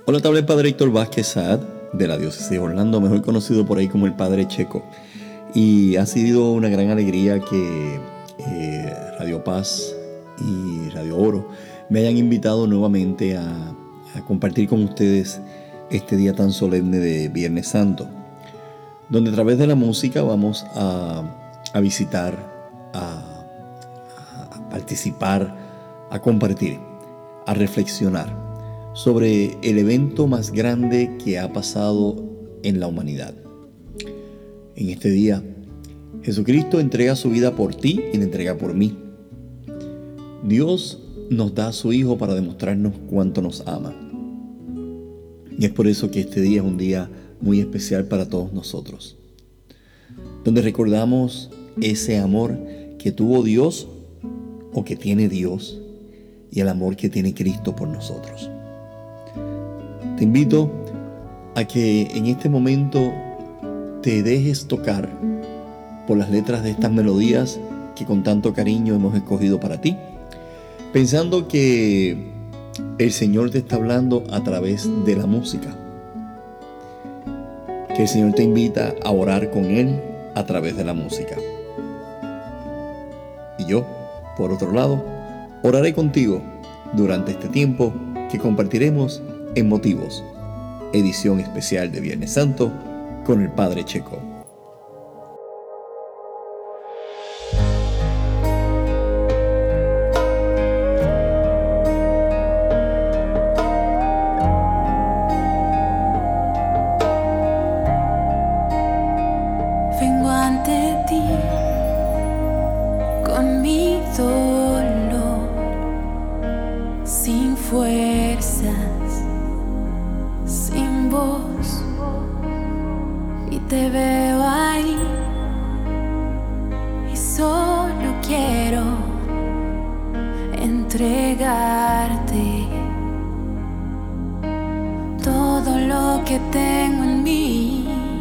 Hola, te habla el Padre Héctor Vázquez Saad de la Diócesis de Orlando, mejor conocido por ahí como el Padre Checo. Y ha sido una gran alegría que Radio Paz y Radio Oro me hayan invitado nuevamente a compartir con ustedes este día tan solemne de Viernes Santo, donde a través de la música vamos a visitar, a participar, a compartir, a reflexionar sobre el evento más grande que ha pasado en la humanidad. En este día, Jesucristo entrega su vida por ti y la entrega por mí. Dios nos da a su Hijo para demostrarnos cuánto nos ama. Y es por eso que este día es un día muy especial para todos nosotros, donde recordamos ese amor que tuvo Dios o que tiene Dios y el amor que tiene Cristo por nosotros. Te invito a que en este momento te dejes tocar por las letras de estas melodías que con tanto cariño hemos escogido para ti, pensando que el Señor te está hablando a través de la música, que el Señor te invita a orar con Él a través de la música. Y yo, por otro lado, oraré contigo durante este tiempo que compartiremos en Motivos, edición especial de Viernes Santo con el Padre Checo. Vengo ante ti con mi dolor, sin fuerzas, sin voz, y te veo ahí y solo quiero entregarte todo lo que tengo en mí.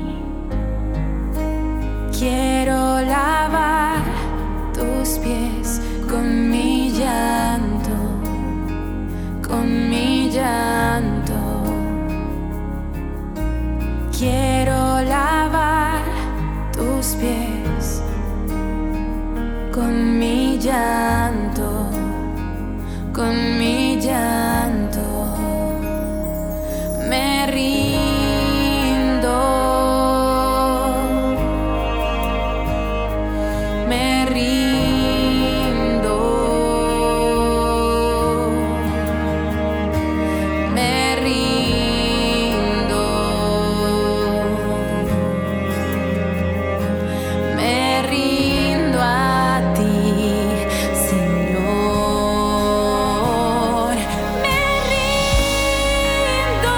Quiero lavar tus pies con mi llanto, con mi llanto. Quiero lavar tus pies con mi llanto, con mi llanto. Me rindo, me rindo, me rindo, me rindo a ti, Señor. Me rindo,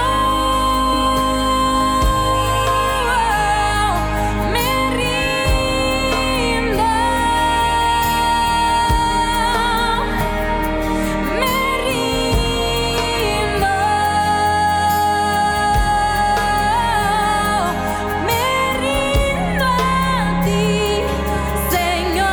me rindo, me rindo, me rindo a ti, Señor.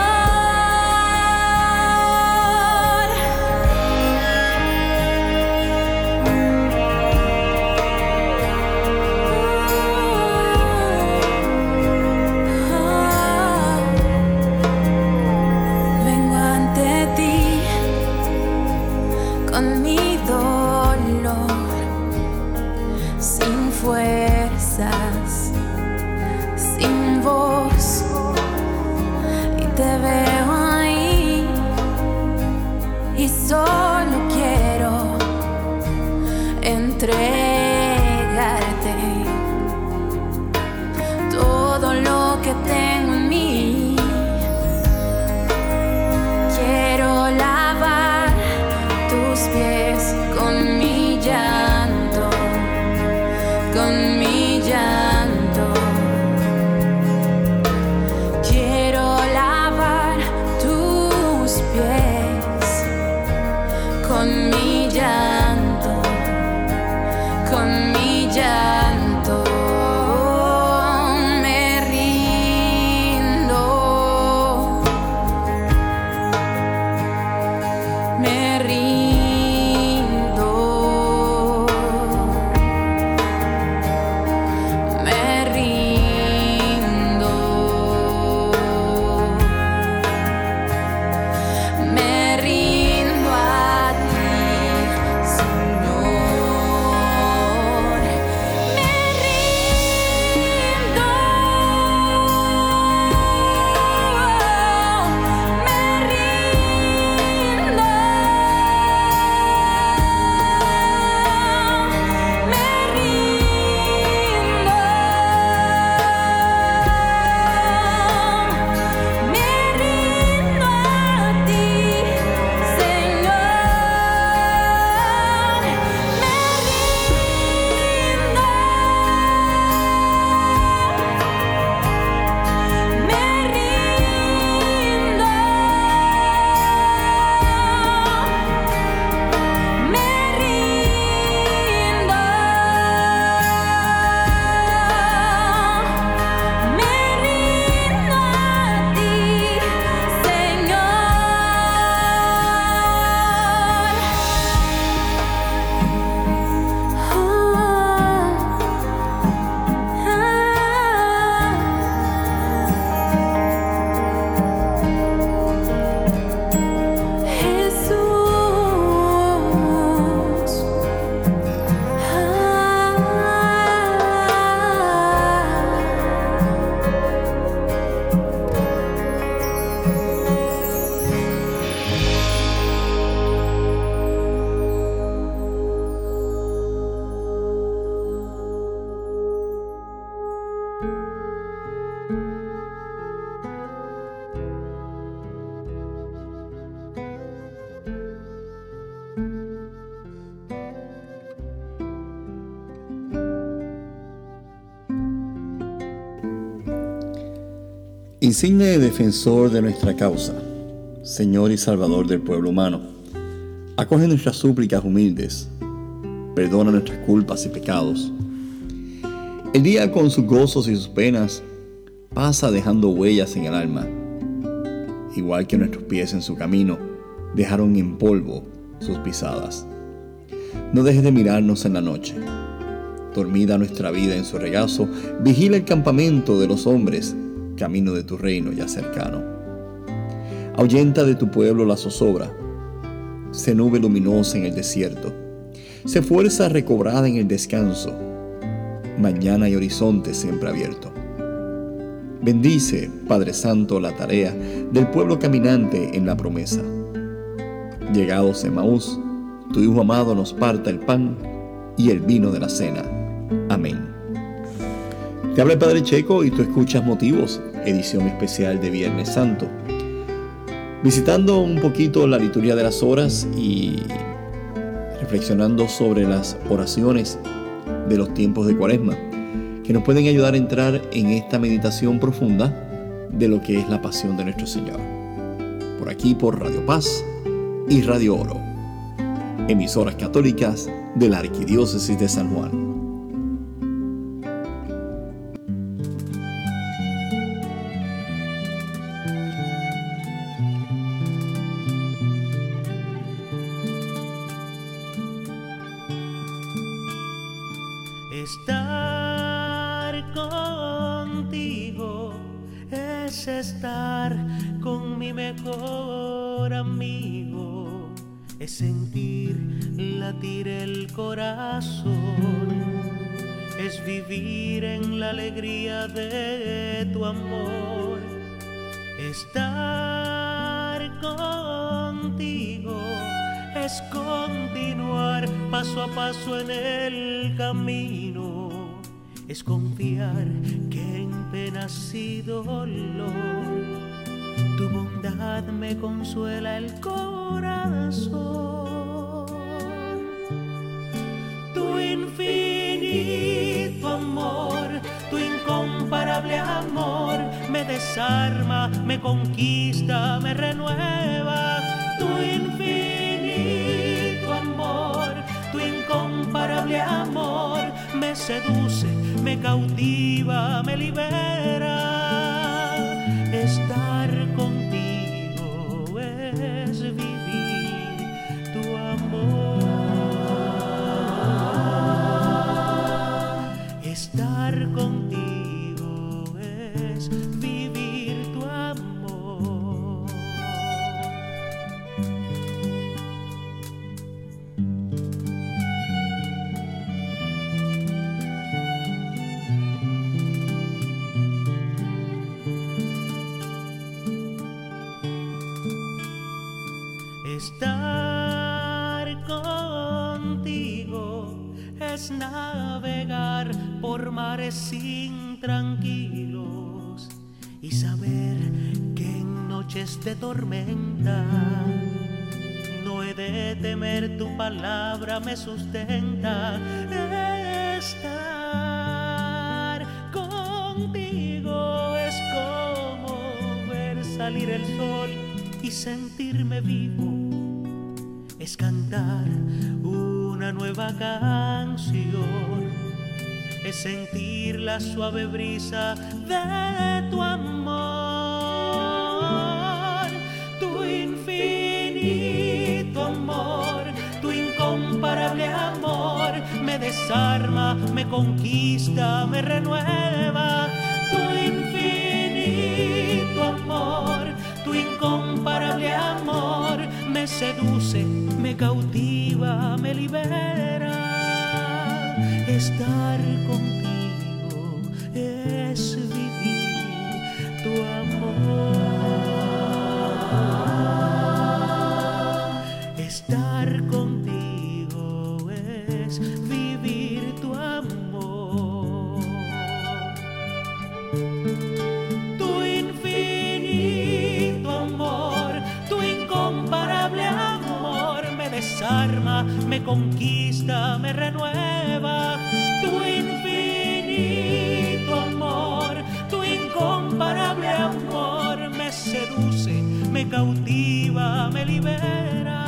Vengo ante ti con mi dolor, sin fuerzas, sin voz, y te veo ahí y solo quiero entregarte todo lo que tengo en mí. Quiero lavar tus pies con mi llanto, con mi llanto. Quiero lavar tus pies con mi llanto, con mi llanto. Me rindo, me rindo. Insigne defensor de nuestra causa, Señor y Salvador del pueblo humano, acoge nuestras súplicas humildes, perdona nuestras culpas y pecados. El día con sus gozos y sus penas pasa dejando huellas en el alma, igual que nuestros pies en su camino dejaron en polvo sus pisadas. No dejes de mirarnos en la noche. Dormida nuestra vida en su regazo, vigila el campamento de los hombres, camino de tu reino ya cercano. Ahuyenta de tu pueblo la zozobra, sé nube luminosa en el desierto, sé fuerza recobrada en el descanso, mañana y horizonte siempre abierto. Bendice, Padre Santo, la tarea del pueblo caminante en la promesa. Llegados a Emaús, tu Hijo amado nos parta el pan y el vino de la cena. Amén. Te habla el Padre Checo y tú escuchas Motivos, edición especial de Viernes Santo. Visitando un poquito la liturgia de las horas y reflexionando sobre las oraciones de los tiempos de Cuaresma, que nos pueden ayudar a entrar en esta meditación profunda de lo que es la pasión de nuestro Señor. Por aquí, por Radio Paz y Radio Oro, emisoras católicas de la Arquidiócesis de San Juan. Estar contigo es estar con mi mejor amigo, es sentir latir el corazón, es vivir en la alegría de tu amor. Estar contigo es continuar paso a paso en el camino, es confiar que en penas y dolor tu bondad me consuela el corazón. Tu infinito amor, tu incomparable amor me desarma, me conquista, me renueva. Tu infinito amor, tu incomparable amor me seduce, me cautiva, me libera. Estar contigo es vivir tu amor. Estar contigo es vivir tu amor. Estar contigo es navegar por mares intranquilos y saber que en noches de tormenta no he de temer, tu palabra me sustenta. Estar contigo es como ver salir el sol y sentirme vivo, es cantar una nueva canción, es sentir la suave brisa de tu amor. Tu infinito amor, tu incomparable amor me desarma, me conquista, me renueva. Tu infinito amor, tu incomparable amor me seduce, me cautiva, me libera. Estar contigo es vivir tu amor. Estar contigo es vivir tu amor. Tu infinito amor, tu incomparable amor me desarma, me conquista, me renueva. Tu infinito amor, tu incomparable amor me cautiva, me libera.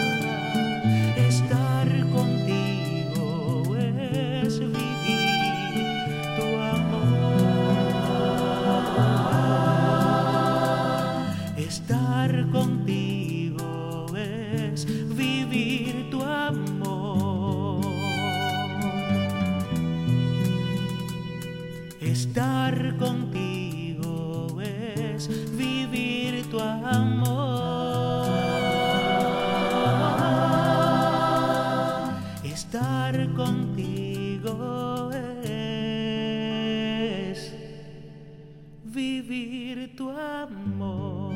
Estar contigo es vivir tu amor. Estar contigo es vivir tu amor. Estar contigo es vivir tu amor. Estar contigo es vivir tu amor.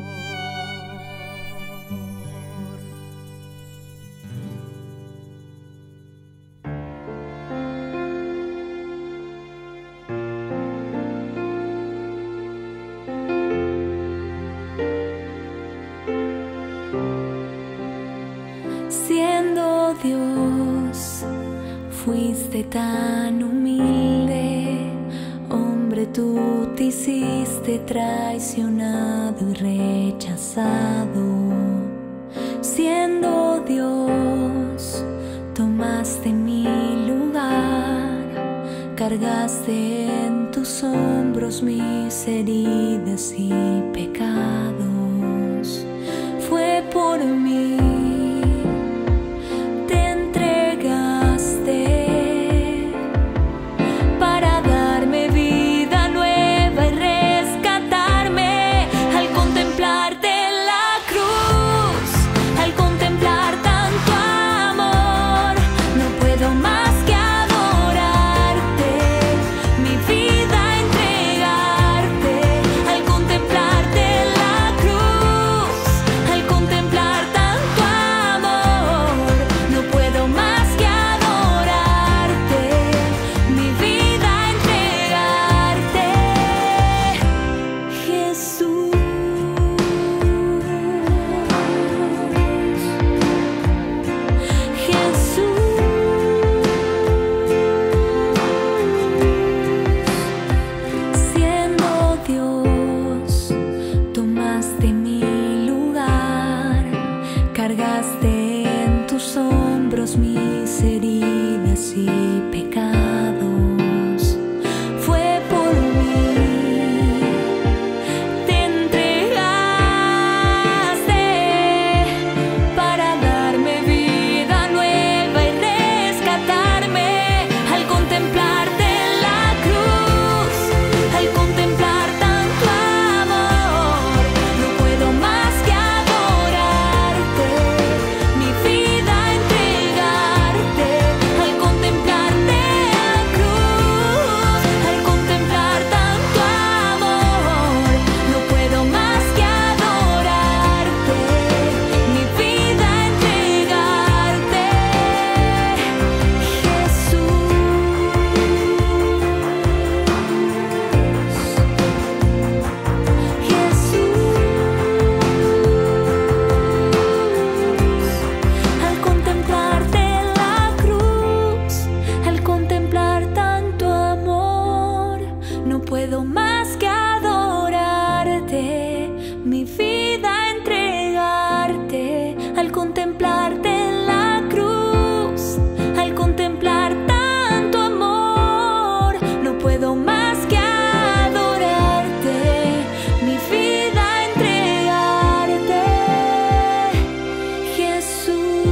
Siendo Dios, fuiste tan humilde, hombre, tú te hiciste traicionado y rechazado. Siendo Dios, tomaste mi lugar, cargaste en tus hombros mis heridas y pecados. Fue por mí. Mis heridas y pecados, fue por mí. Te entregaste para darme vida nueva y rescatarme. Al contemplarte en la cruz, al contemplar tanto amor, no puedo más que adorarte. Mi vida al contemplarte en la cruz, al contemplar tanto amor, no puedo más que adorarte, mi vida entregarte, Jesús, al contemplarte en la cruz, al contemplar tanto amor, no puedo más que adorarte, mi vida entregarte. Al contemplarte en la cruz, al contemplar tanto amor, no puedo más que adorarte, mi vida entregarte, Jesús.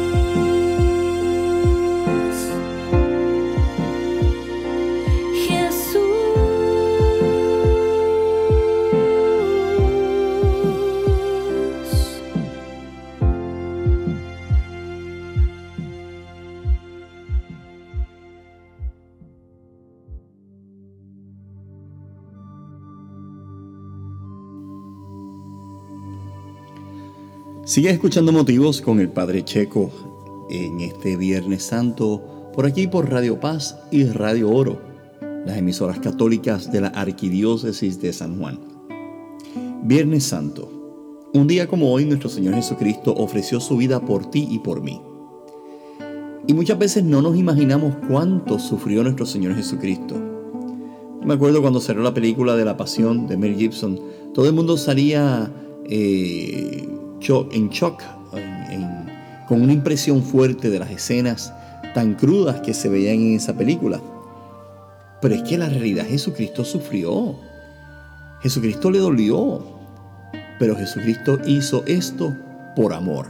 Sigue escuchando Motivos con el Padre Checo en este Viernes Santo, por aquí por Radio Paz y Radio Oro, las emisoras católicas de la Arquidiócesis de San Juan. Viernes Santo, un día como hoy nuestro Señor Jesucristo ofreció su vida por ti y por mí. Y muchas veces no nos imaginamos cuánto sufrió nuestro Señor Jesucristo. Me acuerdo cuando salió la película de La Pasión de Mel Gibson, todo el mundo salía en shock, con una impresión fuerte de las escenas tan crudas que se veían en esa película. Pero es que la realidad, Jesucristo sufrió. Jesucristo le dolió. Pero Jesucristo hizo esto por amor.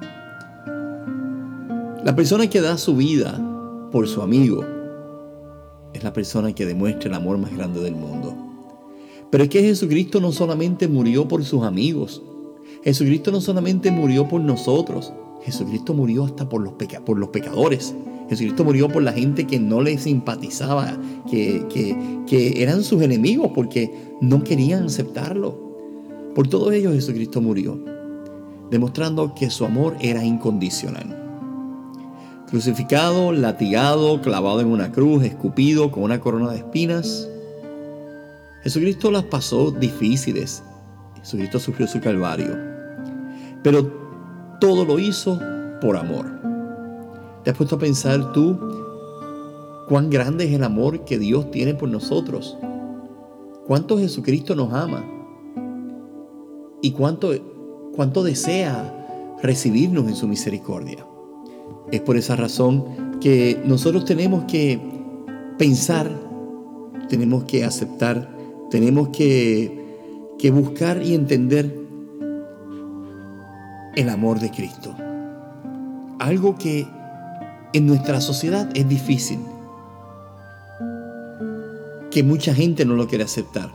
La persona que da su vida por su amigo es la persona que demuestra el amor más grande del mundo. Pero es que Jesucristo no solamente murió por sus amigos. Jesucristo no solamente murió por nosotros. Jesucristo murió hasta por los pecadores. Jesucristo murió por la gente que no le simpatizaba, que eran sus enemigos porque no querían aceptarlo. Por todos ellos Jesucristo murió, demostrando que su amor era incondicional. Crucificado, latigado, clavado en una cruz, escupido con una corona de espinas, Jesucristo las pasó difíciles. Jesucristo sufrió su calvario, pero todo lo hizo por amor. ¿Te has puesto a pensar tú cuán grande es el amor que Dios tiene por nosotros? ¿Cuánto Jesucristo nos ama? ¿Y cuánto desea recibirnos en su misericordia? Es por esa razón que nosotros tenemos que pensar, tenemos que aceptar, tenemos que buscar y entender el amor de Cristo. Algo que en nuestra sociedad es difícil, que mucha gente no lo quiere aceptar.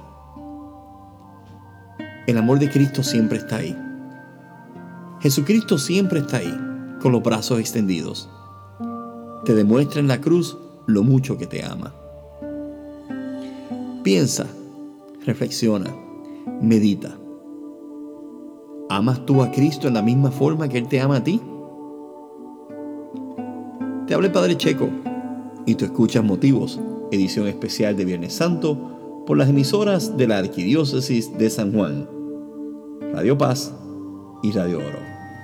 El amor de Cristo siempre está ahí. Jesucristo siempre está ahí, con los brazos extendidos. Te demuestra en la cruz lo mucho que te ama. Piensa, reflexiona, medita. ¿Amas tú a Cristo en la misma forma que Él te ama a ti? Te habla el Padre Checo y tú escuchas Motivos, edición especial de Viernes Santo, por las emisoras de la Arquidiócesis de San Juan, Radio Paz y Radio Oro.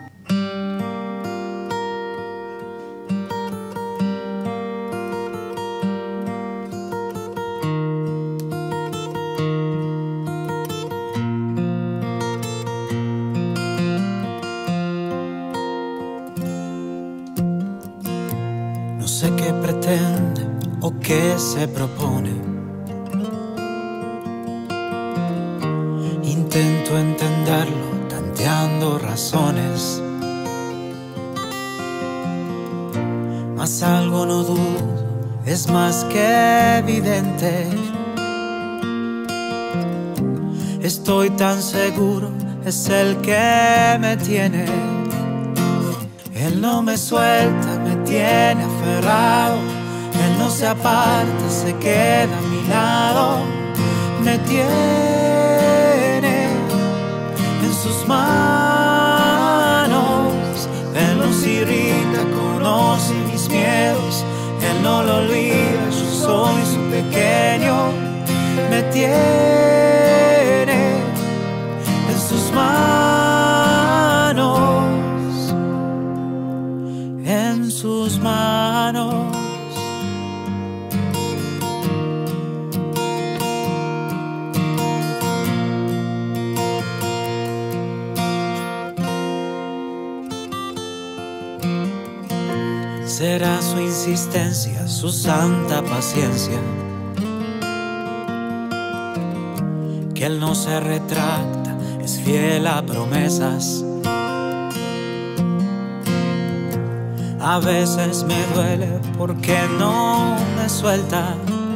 No sé qué pretende o qué se propone. Intento entenderlo, tanteando razones. Mas algo no dudo, es más que evidente. Estoy tan seguro, es el que me tiene. Él no me suelta, me tiene aferrado. Él no se aparta, se queda a mi lado. Me tiene en sus manos. Él nos irrita, conoce mis miedos. Él no lo olvida, yo soy su pequeño. Me tiene en sus manos, en sus manos. Será su insistencia, su santa paciencia, que Él no se retracta, es fiel a promesas. A veces me duele porque no me suelta,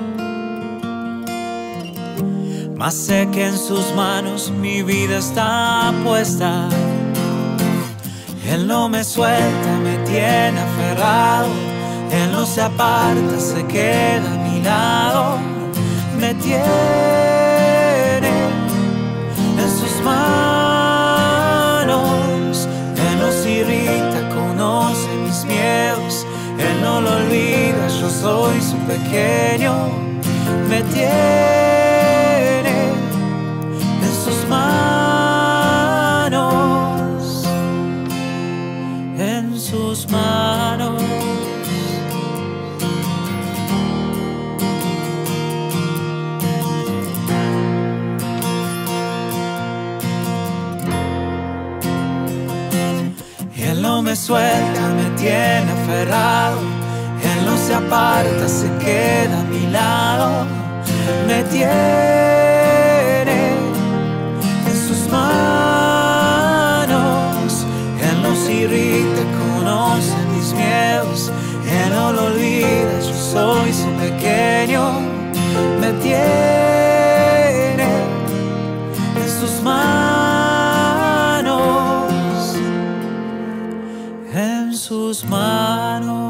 mas sé que en sus manos mi vida está puesta. Él no me suelta, me tiene aferrado. Él no se aparta, se queda a mi lado. Me tiene en sus manos. Él no se irrita, conoce mis miedos. Él no lo olvida, yo soy su pequeño. Me tiene en sus manos, en sus manos. suelta, me tiene aferrado. Él no se aparta, se queda a mi lado. Me tiene en sus manos. Él nos irrita, conoce mis miedos. Él no lo olvida, yo soy su pequeño. Me tiene en sus manos, en sus manos.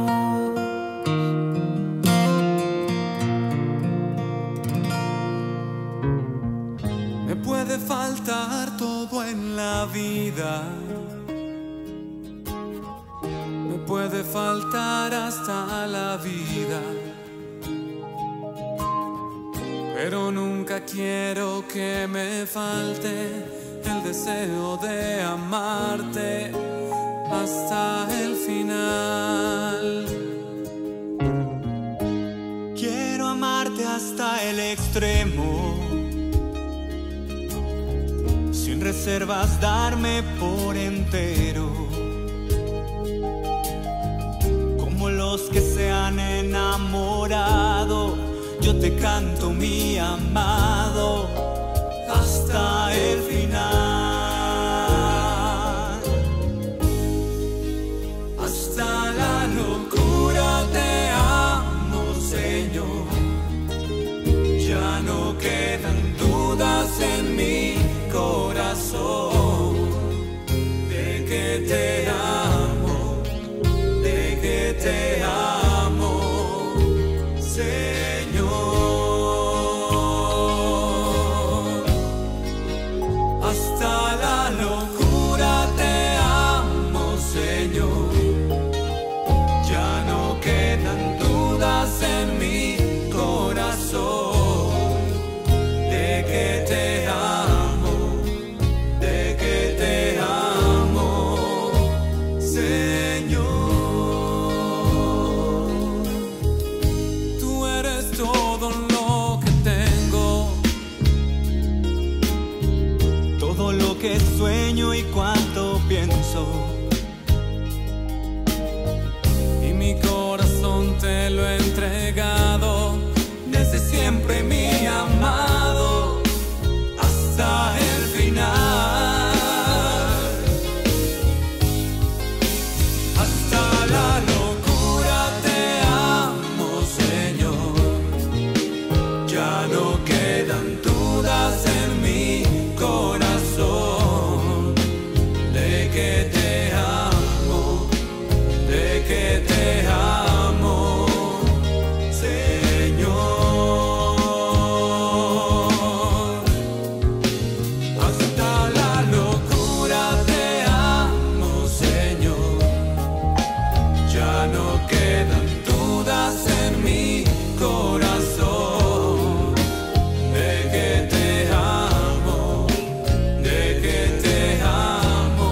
Me puede faltar todo en la vida, me puede faltar hasta la vida, pero nunca quiero que me falte el deseo de amarte hasta el final. Quiero amarte hasta el extremo, sin reservas darme por entero, como los que se han enamorado. Yo te canto, mi amado, hasta el final. Hasta la locura te amo, Señor. Ya no quedan dudas en mi corazón de que te amo, de que te amo, Señor. Hasta la locura te amo, Señor. Ya no quedan dudas en mi corazón de que te amo, de que te amo, Señor. Tú eres todo lo que tengo, todo lo que sueño y cuanto pienso, y mi corazón te lo he entregado desde siempre, mi amado, hasta el final. Hasta la locura te amo, Señor. Ya no quedan dudas en mi corazón de que te amo, de que te amo, Señor. Hasta la locura te amo, Señor. Ya no quedan dudas en mi corazón de que te amo, de que te amo,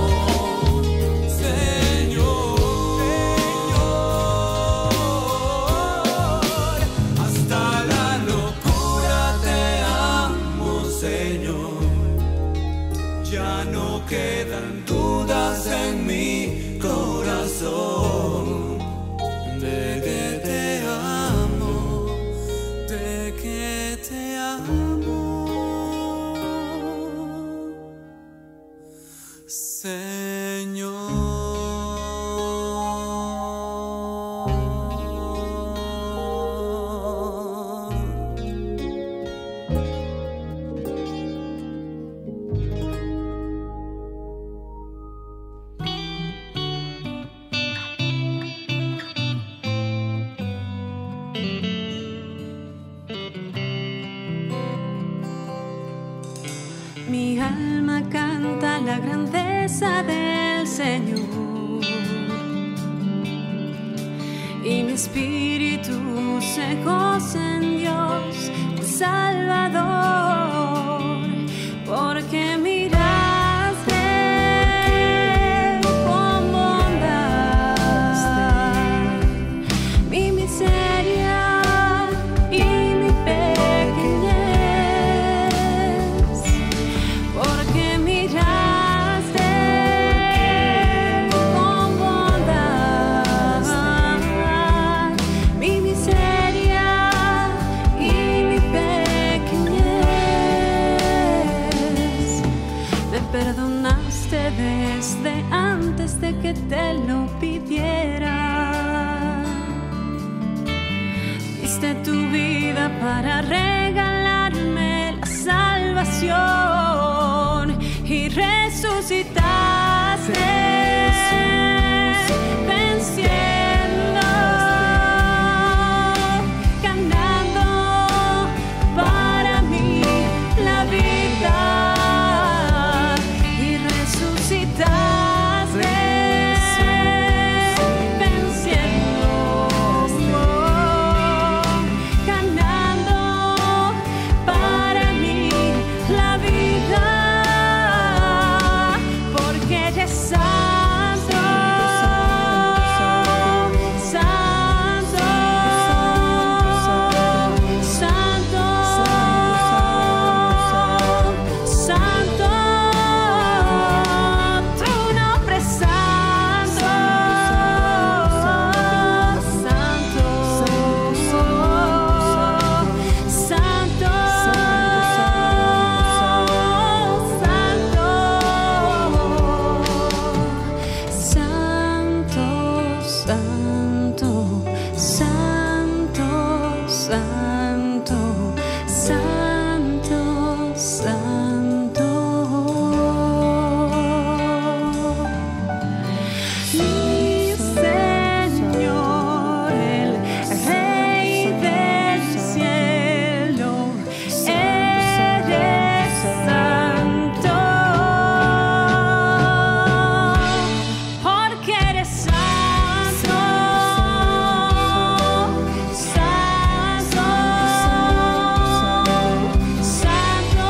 Señor. Hasta la locura te amo, Señor. Ya no quedan dudas en mi corazón de que te amo, de que te amo, Mi alma canta la grandeza del Señor y mi espíritu se goza en Dios, mi Salvador, porque miraste con bondad mi miseria y mi pequeñez, porque miraste con bondad diste tu vida para regalarme la salvación y resucitaste, venciendo, ganando para mí la vida y resucitaste, venciendo, ganando para mí la vida, porque eres santo, santo, santo, santo, tu nombre es santo, santo, santo, santo, santo, santo, santo, mi Señor, el Rey del cielo, eres santo, porque eres santo, santo, santo,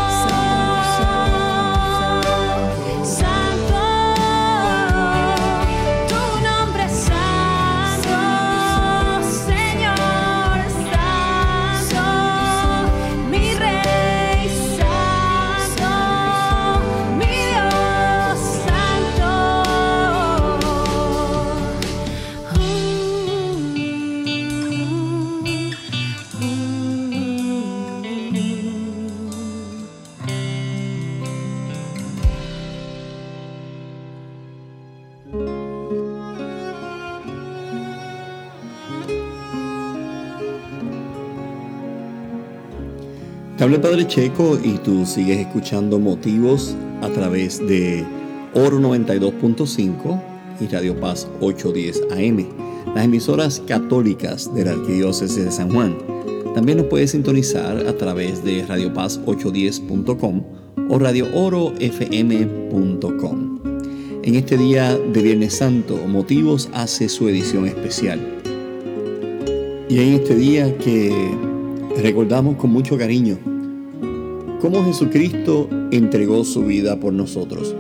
santo, tu nombre es santo, Señor santo, mi Rey santo, mi Dios santo. Te habla el Padre Checo y tú sigues escuchando Motivos a través de Oro 92.5 y Radio Paz 810 AM, las emisoras católicas de la Arquidiócesis de San Juan. También nos puedes sintonizar a través de Radio Paz 810.com o Radio Oro FM.com. En este día de Viernes Santo, Motivos hace su edición especial. Y en este día que recordamos con mucho cariño cómo Jesucristo entregó su vida por nosotros.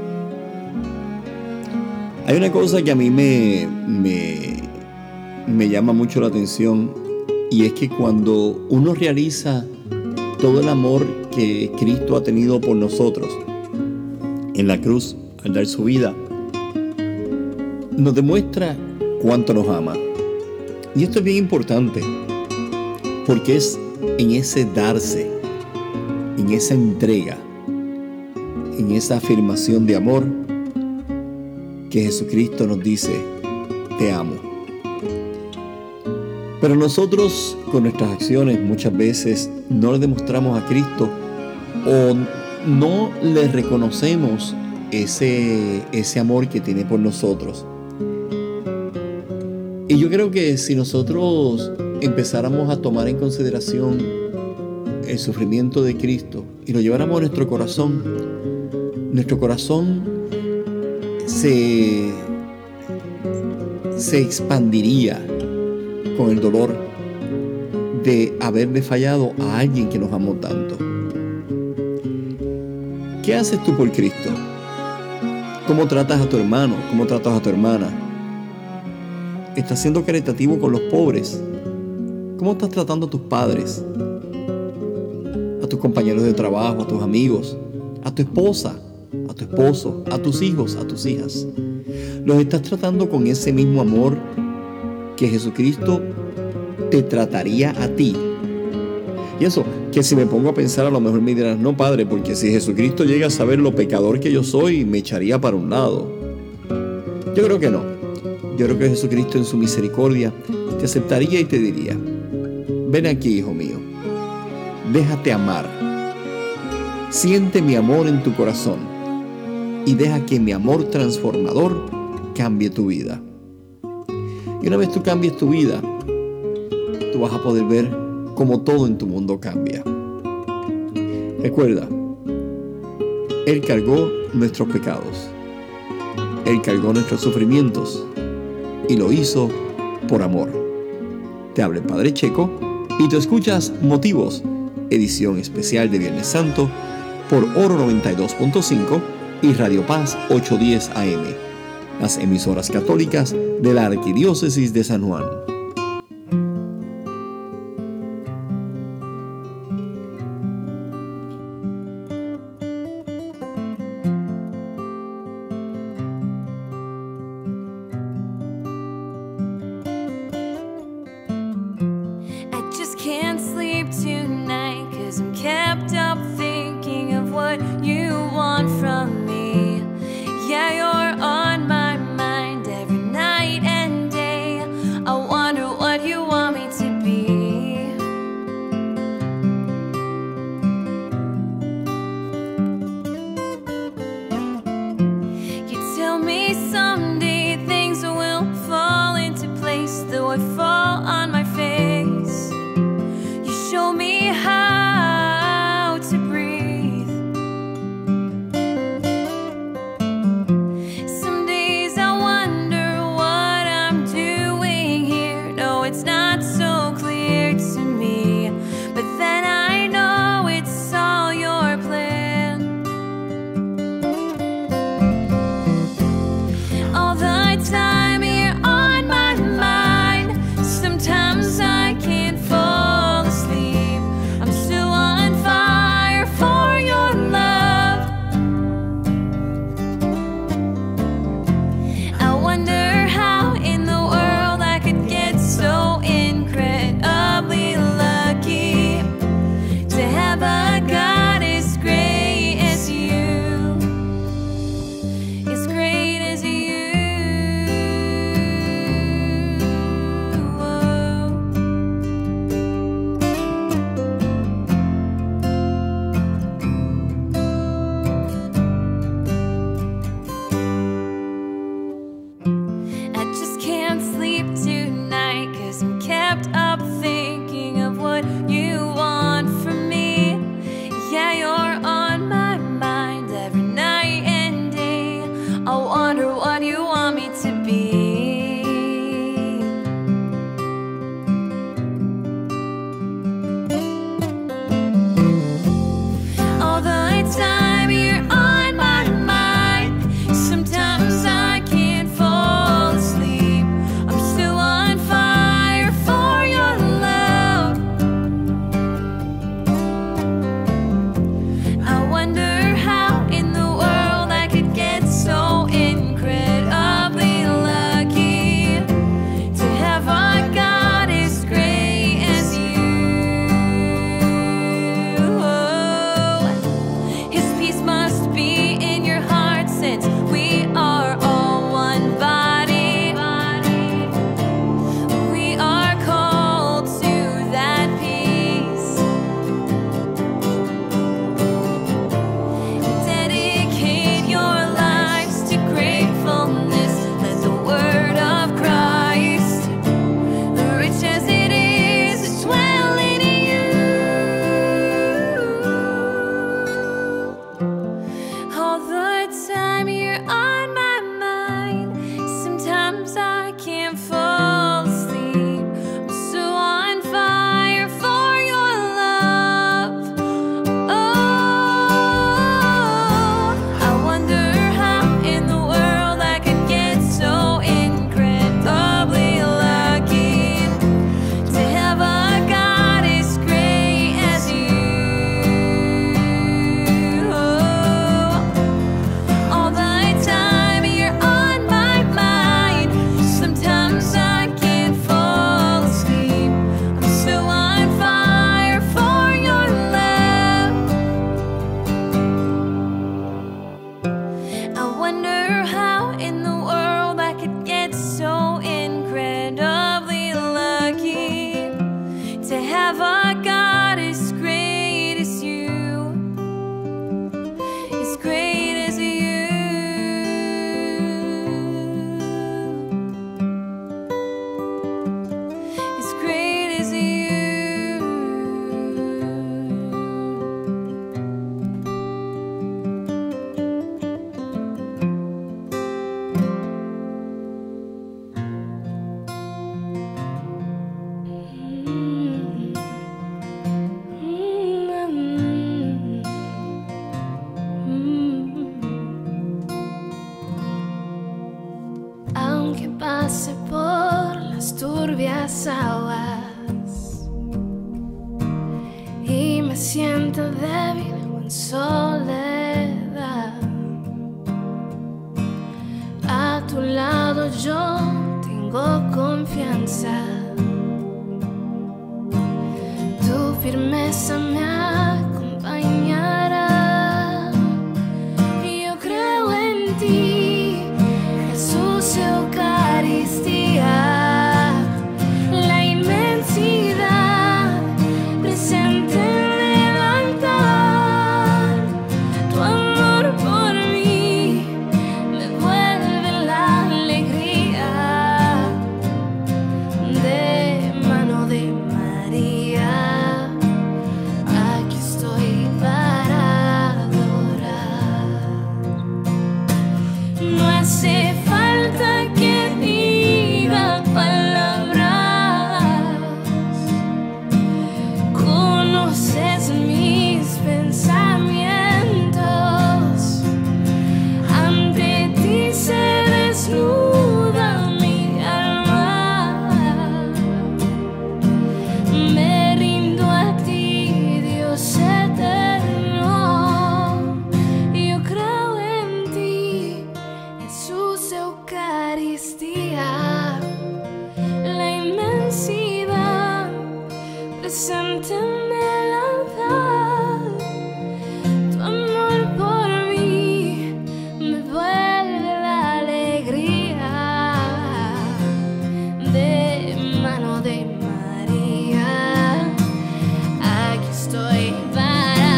Hay una cosa que a mí me llama mucho la atención, y es que cuando uno realiza todo el amor que Cristo ha tenido por nosotros en la cruz al dar su vida, nos demuestra cuánto nos ama. Y esto es bien importante, porque es en ese darse, en esa entrega, en esa afirmación de amor, que Jesucristo nos dice: te amo. Pero nosotros, con nuestras acciones, muchas veces no le demostramos a Cristo o no le reconocemos ese amor que tiene por nosotros. Y yo creo que si nosotros empezáramos a tomar en consideración el sufrimiento de Cristo y lo lleváramos a nuestro corazón se expandiría con el dolor de haberle fallado a alguien que nos amó tanto. ¿Qué haces tú por Cristo? ¿Cómo tratas a tu hermano? ¿Cómo tratas a tu hermana? ¿Estás siendo caritativo con los pobres? ¿Cómo estás tratando a tus padres? A tus compañeros de trabajo, a tus amigos, a tu esposa, a tu esposo, a tus hijos, a tus hijas. ¿Los estás tratando con ese mismo amor que Jesucristo te trataría a ti? Y eso, que si me pongo a pensar, a lo mejor me dirás: no, Padre, porque si Jesucristo llega a saber lo pecador que yo soy, me echaría para un lado. Yo creo que no. Yo creo que Jesucristo, en su misericordia, te aceptaría y te diría: Ven aquí, hijo mío. Déjate amar. Siente mi amor en tu corazón y deja que mi amor transformador cambie tu vida. Y una vez tú cambies tu vida, tú vas a poder ver cómo todo en tu mundo cambia. Recuerda, Él cargó nuestros pecados. Él cargó nuestros sufrimientos y lo hizo por amor. Te habla el Padre Checo y tú escuchas Motivos, edición especial de Viernes Santo por Oro 92.5 y Radio Paz 810 AM, las emisoras católicas de la Arquidiócesis de San Juan. Can't sleep tonight 'cause I'm kept up thinking of what you want from me. Yeah, you're on my mind every night and day. I wonder what you want me to be. You tell me someday things will fall into place, though I fall on my face. Show me how to breathe. Some days I wonder what I'm doing here. No, it's not so clear to me, but then I know it's all your plan. All the time you're on my mind. Sometimes I can't fall. For your soledad. A tu lado yo tengo confianza. Tu firmeza me acompañará. Yo creo en ti, Jesús, Eucaristía. La inmensidad presente en el altar. Tu amor por mí me vuelve la alegría. De mano de María, aquí estoy para adorar. No hace falta que diga palabras. Conoces mis pensamientos. Ante ti se desnuda mi alma. Me rindo a ti, Dios eterno. Yo creo en ti, Jesús, Eucaristía. La inmensidad presente en el altar. Tu amor por mí me vuelve la alegría. De mano de María, aquí estoy para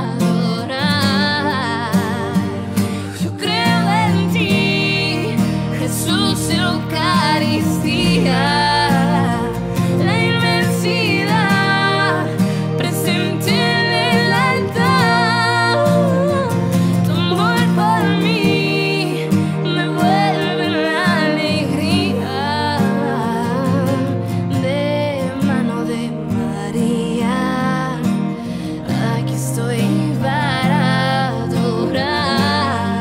adorar. Yo creo en ti, Jesús, Eucaristía. La inmensidad presente en el altar. Tu amor por mí me vuelve la alegría. De mano de María, aquí estoy para adorar.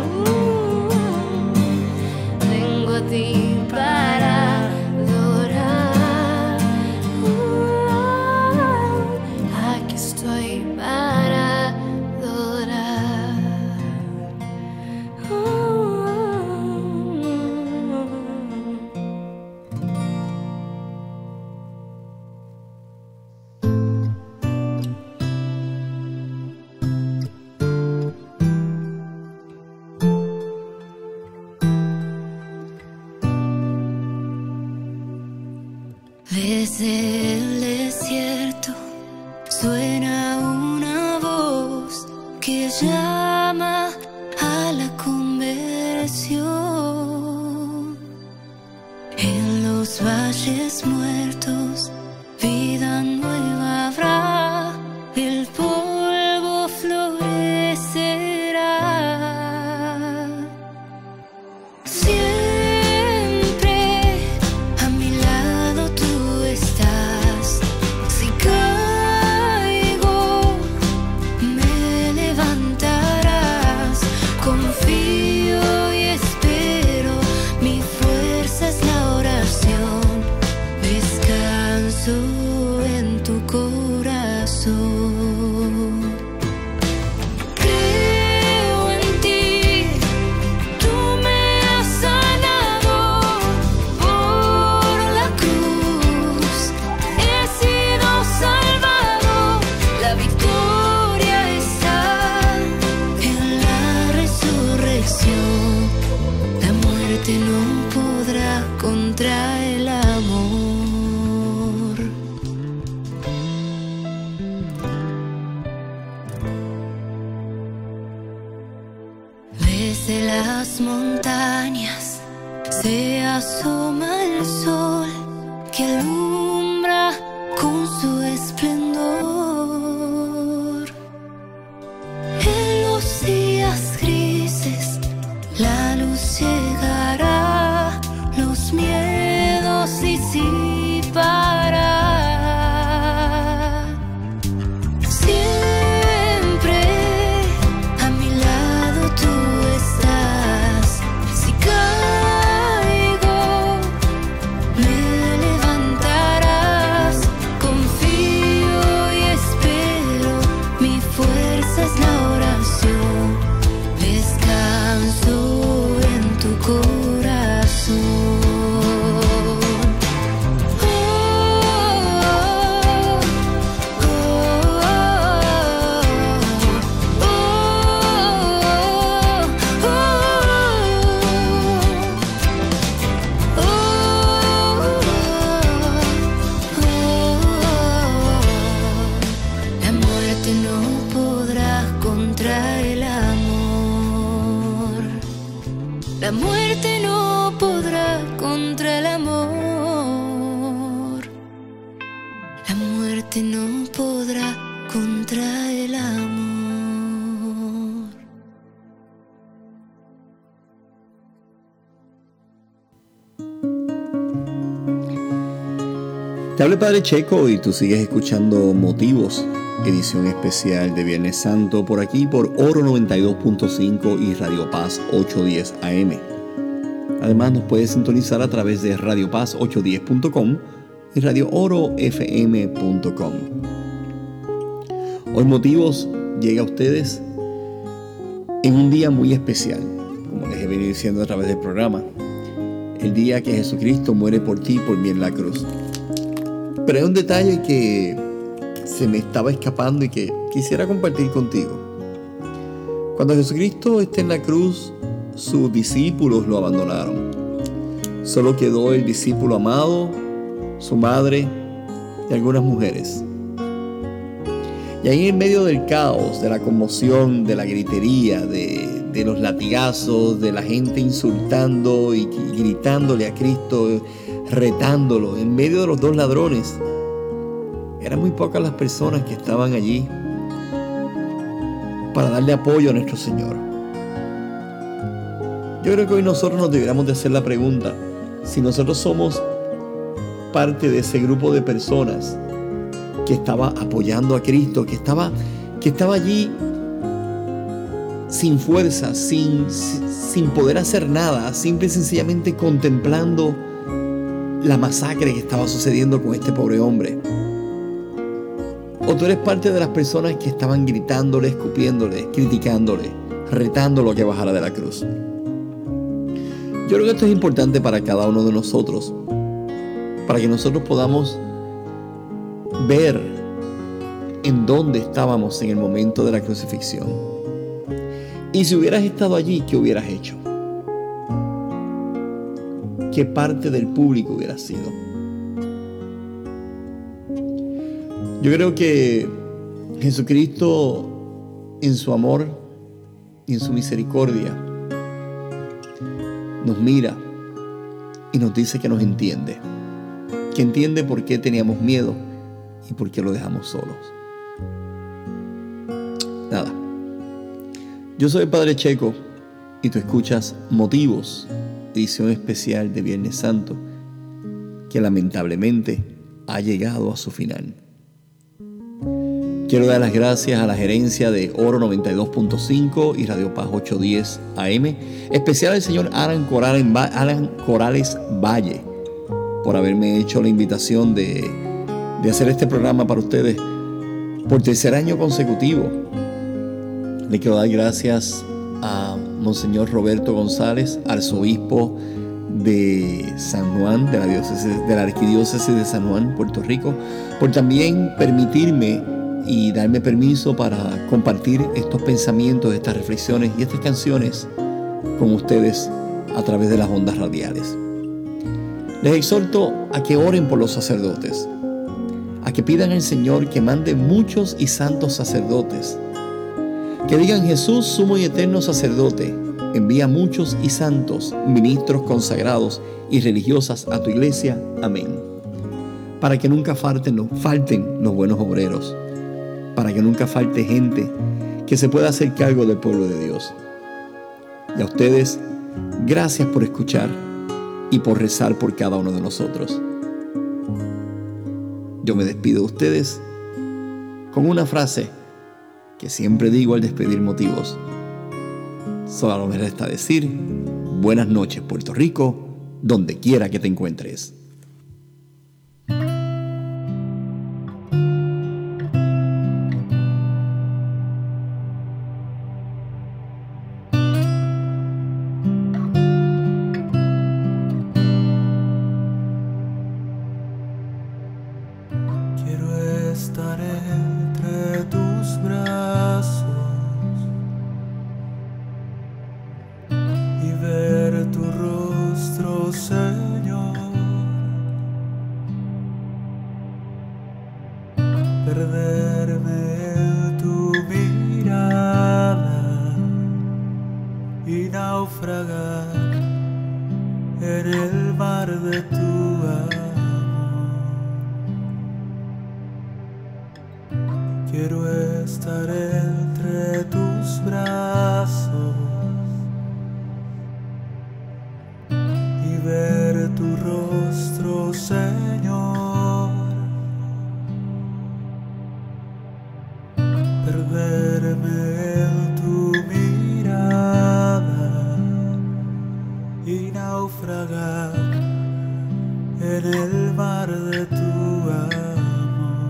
Vengo a ti para adorar. Aquí estoy para adorar. Desde el desierto suena una voz que llama a la conversión. En los valles muertos vida nueva habrá, el polvo florecerá. Siempre a mi lado tú estás. Si caigo, me levantarás. Confío y espero, mi fuerza es la oración. Descanso en tu corazón. Creo en ti, tú me has sanado por la cruz. He sido salvado, la victoria está en la resurrección. La muerte no podrá contra el amor. Desde las montañas se asoma el sol que alumbra con su esplendor. En los días grises la luz llegará, los miedos disipará. Siempre a mi lado tú estás. Si caigo, La muerte no podrá contra el amor. La muerte no podrá contra el amor. Te habla el Padre Checo y tú sigues escuchando Motivos, edición especial de Viernes Santo, por aquí por Oro 92.5 y Radio Paz 810 AM. Además nos puedes sintonizar a través de radiopaz810.com y radioorofm.com. Hoy Motivos llega a ustedes en un día muy especial, como les he venido diciendo a través del programa, el día que Jesucristo muere por ti y por mí en la cruz. Pero hay un detalle que se me estaba escapando y que quisiera compartir contigo. Cuando Jesucristo está en la cruz, sus discípulos lo abandonaron. Solo quedó el discípulo amado, su madre y algunas mujeres. Y ahí en medio del caos, de la conmoción, de la gritería, de los latigazos, de la gente insultando y gritándole a Cristo, retándolo, en medio de los dos ladrones, eran muy pocas las personas que estaban allí para darle apoyo a nuestro Señor. Yo creo que hoy nosotros nos deberíamos de hacer la pregunta si nosotros somos parte de ese grupo de personas que estaba apoyando a Cristo, que estaba allí sin fuerza, sin poder hacer nada, simple y sencillamente contemplando la masacre que estaba sucediendo con este pobre hombre. O tú eres parte de las personas que estaban gritándole, escupiéndole, criticándole, retándolo a que bajara de la cruz. Yo creo que esto es importante para cada uno de nosotros, para que nosotros podamos ver en dónde estábamos en el momento de la crucifixión. Y si hubieras estado allí, ¿qué hubieras hecho? ¿Qué parte del público hubieras sido? Yo creo que Jesucristo, en su amor y en su misericordia, nos mira y nos dice que nos entiende. Que entiende por qué teníamos miedo y por qué lo dejamos solos. Nada. Yo soy el Padre Checo y tú escuchas Motivos, edición especial de Viernes Santo, que lamentablemente ha llegado a su final. Quiero dar las gracias a la gerencia de Oro 92.5 y Radio Paz 810 AM, especial al señor Alan Corales Valle, por haberme hecho la invitación de hacer este programa para ustedes por tercer año consecutivo. Le quiero dar gracias a Monseñor Roberto González, arzobispo de San Juan, de la Arquidiócesis de San Juan, Puerto Rico, por también permitirme y darme permiso para compartir estos pensamientos, estas reflexiones y estas canciones con ustedes a través de las ondas radiales. Les exhorto a que oren por los sacerdotes, a que pidan al Señor que mande muchos y santos sacerdotes, que digan: Jesús, sumo y eterno sacerdote, envía muchos y santos, ministros consagrados y religiosas a tu iglesia. Amén. Para que nunca falten los buenos obreros, para que nunca falte gente que se pueda hacer cargo del pueblo de Dios. Y a ustedes, gracias por escuchar y por rezar por cada uno de nosotros. Yo me despido de ustedes con una frase que siempre digo al despedir Motivos. Solo me resta decir: buenas noches, Puerto Rico, donde quiera que te encuentres. Estar entre tus brazos y ver tu rostro, Señor, perderme en tu mirada y naufragar en el mar de tu amor. Quiero estar entre tus brazos y ver tu rostro, Señor, perderme en tu mirada y naufragar en el mar de tu amor.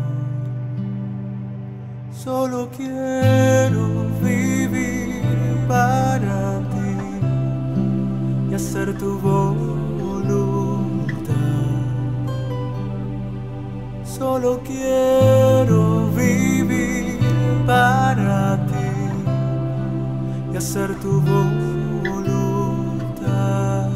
Solo quiero vivir para ti y hacer tu voluntad. Solo quiero vivir para ti y hacer tu voluntad.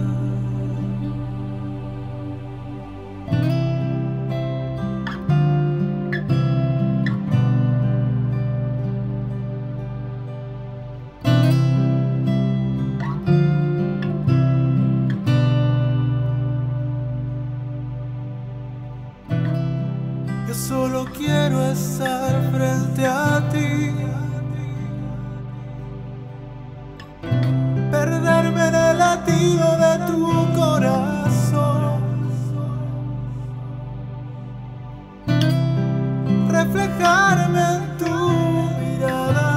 Yo solo quiero estar frente a ti, perderme en el latido de tu corazón, reflejarme en tu mirada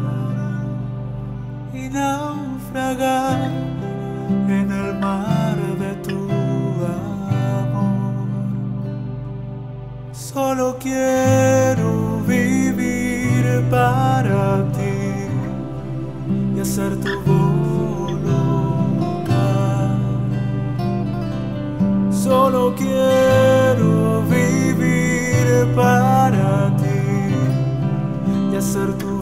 y naufragar en el mar de tu amor. Solo quiero vivir para ti y hacer tu voluntad. Solo quiero vivir para ti y hacer tu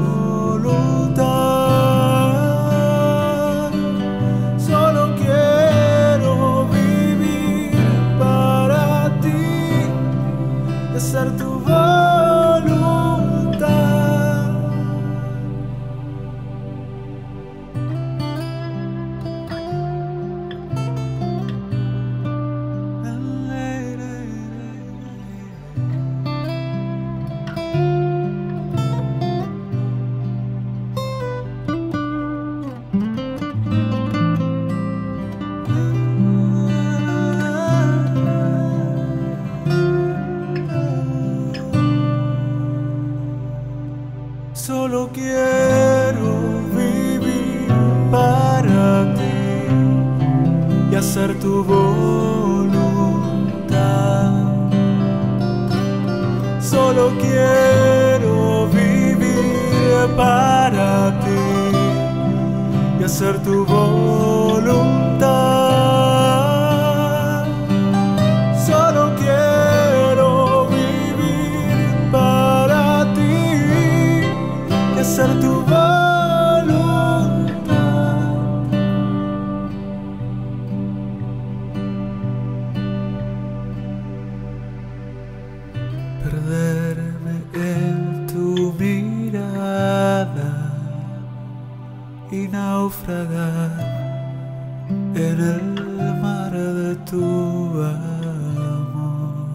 voluntad. Solo quiero vivir para ti y hacer tu voluntad. Solo quiero vivir para ti y hacer tu voluntad. Solo quiero vivir para ti y hacer tu voluntad. Solo quiero vivir para ti y hacer tu voluntad. Perderme en tu mirada y naufragar en el mar de tu amor.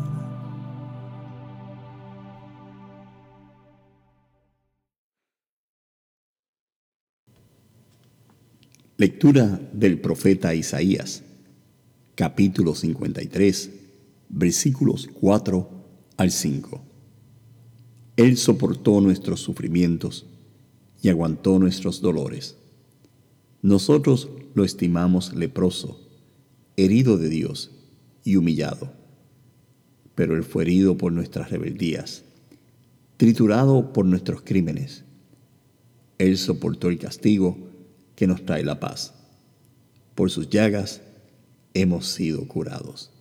Lectura del profeta Isaías, capítulo 53, versículos 4 al 5. Él soportó nuestros sufrimientos y aguantó nuestros dolores. Nosotros lo estimamos leproso, herido de Dios y humillado. Pero Él fue herido por nuestras rebeldías, triturado por nuestros crímenes. Él soportó el castigo que nos trae la paz. Por sus llagas hemos sido curados.